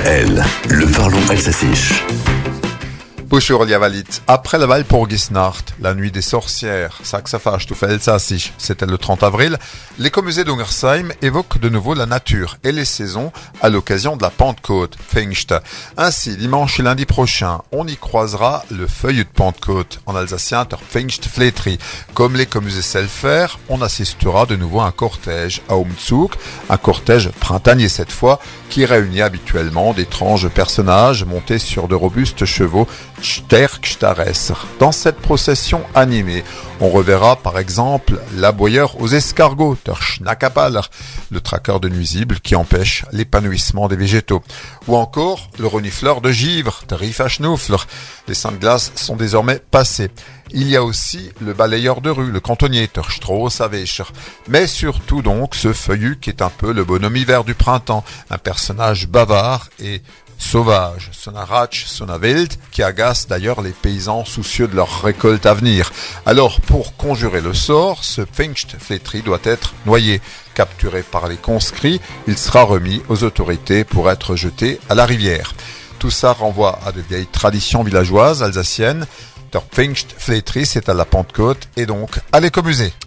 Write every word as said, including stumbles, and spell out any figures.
R L, le parlons alsacisch. Bonjour Liavalit. Après la Walpurgisnacht, la nuit des sorcières, Saxafage tout fait Elsassich, c'était le trente avril, l'écomusée d'Ungersheim évoque de nouveau la nature et les saisons à l'occasion de la Pentecôte, Pfingst. Ainsi, dimanche et lundi prochain, on y croisera le feuillu de Pentecôte, en alsacien der Pfingstfletri. Comme l'écomusée sait le faire, on assistera de nouveau à un cortège à Umzug, un cortège printanier cette fois, qui réunit habituellement d'étranges personnages montés sur de robustes chevaux Sterkstaresser. Dans cette procession animée, on reverra par exemple l'aboyeur aux escargots, der Schnackapaller, le traqueur de nuisibles qui empêche l'épanouissement des végétaux. Ou encore le renifleur de givre, der Riffaschnufler. Les seins de glace sont désormais passés. Il y a aussi le balayeur de rue, le cantonnier, der Straußawecher. Mais surtout donc ce feuillu qui est un peu le bonhomme hiver du printemps, un personnage bavard et sauvage, Sonarach, Sonaveld, qui agace d'ailleurs les paysans soucieux de leur récolte à venir. Alors, pour conjurer le sort, ce Pfingstfletri doit être noyé. Capturé par les conscrits, il sera remis aux autorités pour être jeté à la rivière. Tout ça renvoie à de vieilles traditions villageoises alsaciennes. Der Pfingstfletri, c'est à la Pentecôte et donc à l'écomusée.